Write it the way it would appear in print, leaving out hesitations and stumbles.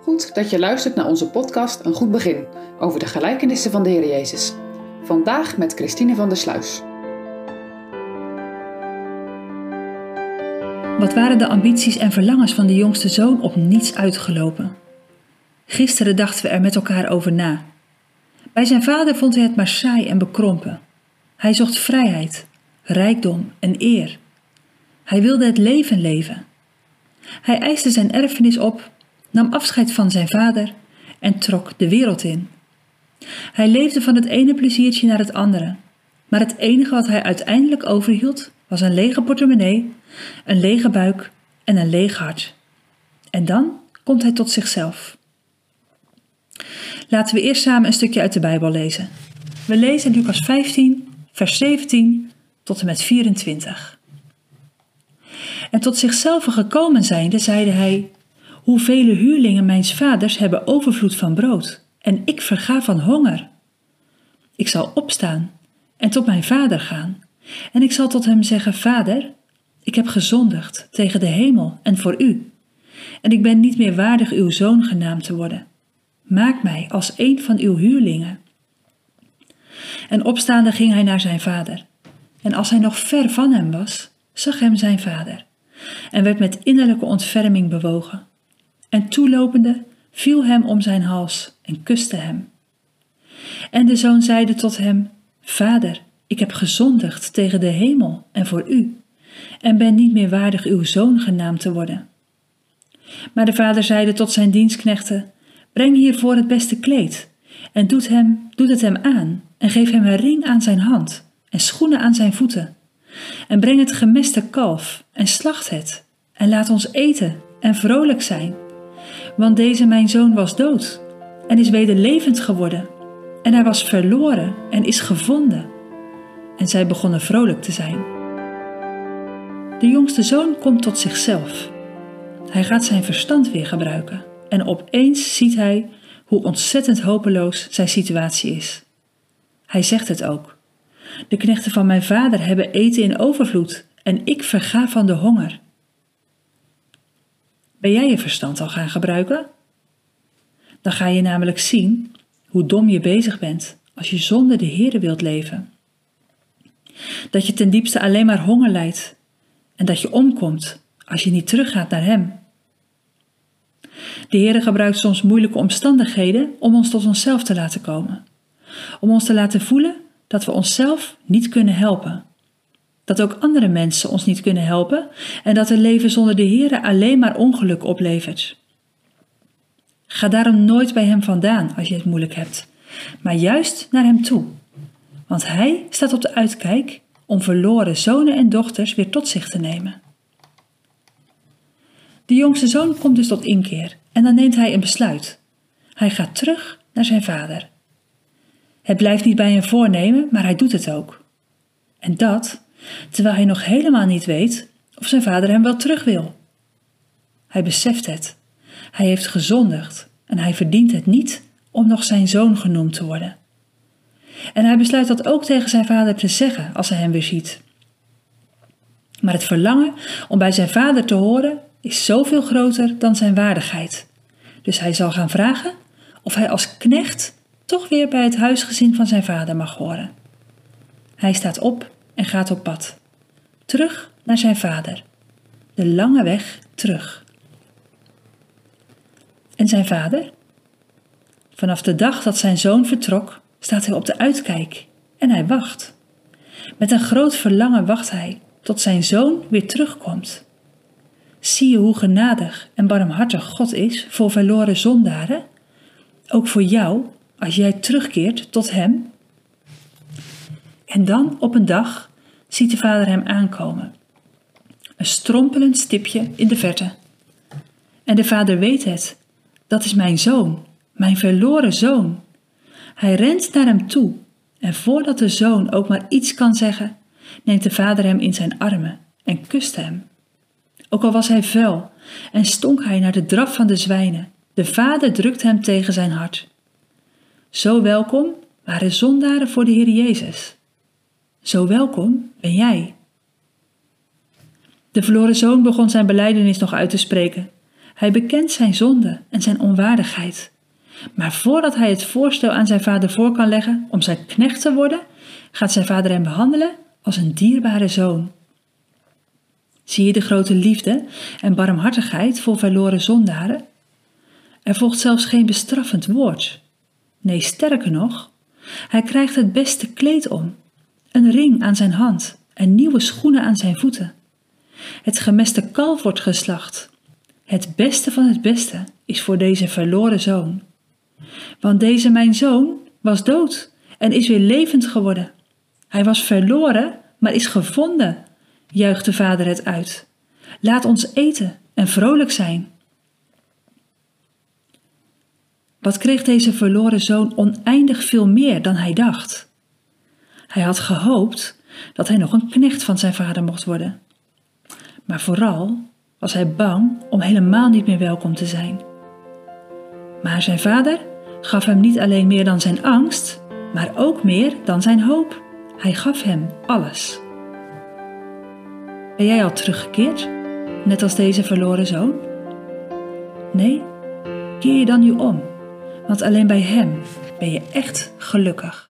Goed dat je luistert naar onze podcast Een Goed Begin over de gelijkenissen van de Heer Jezus. Vandaag met Christine van der Sluis. Wat waren de ambities en verlangens van de jongste zoon op niets uitgelopen? Gisteren dachten we er met elkaar over na. Bij zijn vader vond hij het maar saai en bekrompen. Hij zocht vrijheid, rijkdom en eer. Hij wilde het leven leven. Hij eiste zijn erfenis op, nam afscheid van zijn vader en trok de wereld in. Hij leefde van het ene pleziertje naar het andere, maar het enige wat hij uiteindelijk overhield was een lege portemonnee, een lege buik en een leeg hart. En dan komt hij tot zichzelf. Laten we eerst samen een stukje uit de Bijbel lezen. We lezen Lucas 15, vers 17 tot en met 24. En tot zichzelf gekomen zijnde, zeide hij: Hoevele huurlingen mijns vaders hebben overvloed van brood, en ik verga van honger. Ik zal opstaan en tot mijn vader gaan, en ik zal tot hem zeggen: Vader, ik heb gezondigd tegen de hemel en voor u, en ik ben niet meer waardig uw zoon genaamd te worden. Maak mij als een van uw huurlingen. En opstaande ging hij naar zijn vader. En als hij nog ver van hem was, zag hem zijn vader, en werd met innerlijke ontferming bewogen. En toelopende viel hem om zijn hals en kuste hem. En de zoon zeide tot hem: Vader, ik heb gezondigd tegen de hemel en voor u, en ben niet meer waardig uw zoon genaamd te worden. Maar de vader zeide tot zijn dienstknechten: Breng hiervoor het beste kleed, en doet het hem aan, en geef hem een ring aan zijn hand, en schoenen aan zijn voeten. En breng het gemeste kalf, en slacht het, en laat ons eten en vrolijk zijn. Want deze mijn zoon was dood, en is weder levend geworden, en hij was verloren, en is gevonden. En zij begonnen vrolijk te zijn. De jongste zoon komt tot zichzelf. Hij gaat zijn verstand weer gebruiken, en opeens ziet hij hoe ontzettend hopeloos zijn situatie is. Hij zegt het ook: De knechten van mijn vader hebben eten in overvloed, en ik verga van de honger. Ben jij je verstand al gaan gebruiken? Dan ga je namelijk zien hoe dom je bezig bent als je zonder de Heere wilt leven. Dat je ten diepste alleen maar honger lijdt en dat je omkomt als je niet teruggaat naar Hem. De Heere gebruikt soms moeilijke omstandigheden om ons tot onszelf te laten komen. Om ons te laten voelen dat we onszelf niet kunnen helpen. Dat ook andere mensen ons niet kunnen helpen en dat een leven zonder de Heere alleen maar ongeluk oplevert. Ga daarom nooit bij Hem vandaan als je het moeilijk hebt, maar juist naar Hem toe. Want Hij staat op de uitkijk om verloren zonen en dochters weer tot zich te nemen. De jongste zoon komt dus tot inkeer en dan neemt hij een besluit. Hij gaat terug naar zijn vader. Het blijft niet bij een voornemen, maar hij doet het ook. En dat terwijl hij nog helemaal niet weet of zijn vader hem wel terug wil. Hij beseft het. Hij heeft gezondigd en hij verdient het niet om nog zijn zoon genoemd te worden. En hij besluit dat ook tegen zijn vader te zeggen als hij hem weer ziet. Maar het verlangen om bij zijn vader te horen is zoveel groter dan zijn waardigheid. Dus hij zal gaan vragen of hij als knecht toch weer bij het huisgezin van zijn vader mag horen. Hij staat op en gaat op pad. Terug naar zijn vader. De lange weg terug. En zijn vader? Vanaf de dag dat zijn zoon vertrok, staat hij op de uitkijk en hij wacht. Met een groot verlangen wacht hij tot zijn zoon weer terugkomt. Zie je hoe genadig en barmhartig God is voor verloren zondaren? Ook voor jou, als jij terugkeert tot Hem. En dan op een dag ziet de vader hem aankomen. Een strompelend stipje in de verte. En de vader weet het. Dat is mijn zoon, mijn verloren zoon. Hij rent naar hem toe. En voordat de zoon ook maar iets kan zeggen, neemt de vader hem in zijn armen en kust hem. Ook al was hij vuil en stonk hij naar de draf van de zwijnen, de vader drukt hem tegen zijn hart. Zo welkom waren zondaren voor de Heer Jezus. Zo welkom ben jij. De verloren zoon begon zijn belijdenis nog uit te spreken. Hij bekent zijn zonde en zijn onwaardigheid. Maar voordat hij het voorstel aan zijn vader voor kan leggen om zijn knecht te worden, gaat zijn vader hem behandelen als een dierbare zoon. Zie je de grote liefde en barmhartigheid voor verloren zondaren? Er volgt zelfs geen bestraffend woord. Nee, sterker nog, hij krijgt het beste kleed om, een ring aan zijn hand en nieuwe schoenen aan zijn voeten. Het gemeste kalf wordt geslacht. Het beste van het beste is voor deze verloren zoon. Want deze mijn zoon was dood en is weer levend geworden. Hij was verloren, maar is gevonden, juicht de vader het uit. Laat ons eten en vrolijk zijn. Wat kreeg deze verloren zoon oneindig veel meer dan hij dacht? Hij had gehoopt dat hij nog een knecht van zijn vader mocht worden. Maar vooral was hij bang om helemaal niet meer welkom te zijn. Maar zijn vader gaf hem niet alleen meer dan zijn angst, maar ook meer dan zijn hoop. Hij gaf hem alles. Ben jij al teruggekeerd, net als deze verloren zoon? Nee? Keer je dan nu om, want alleen bij hem ben je echt gelukkig.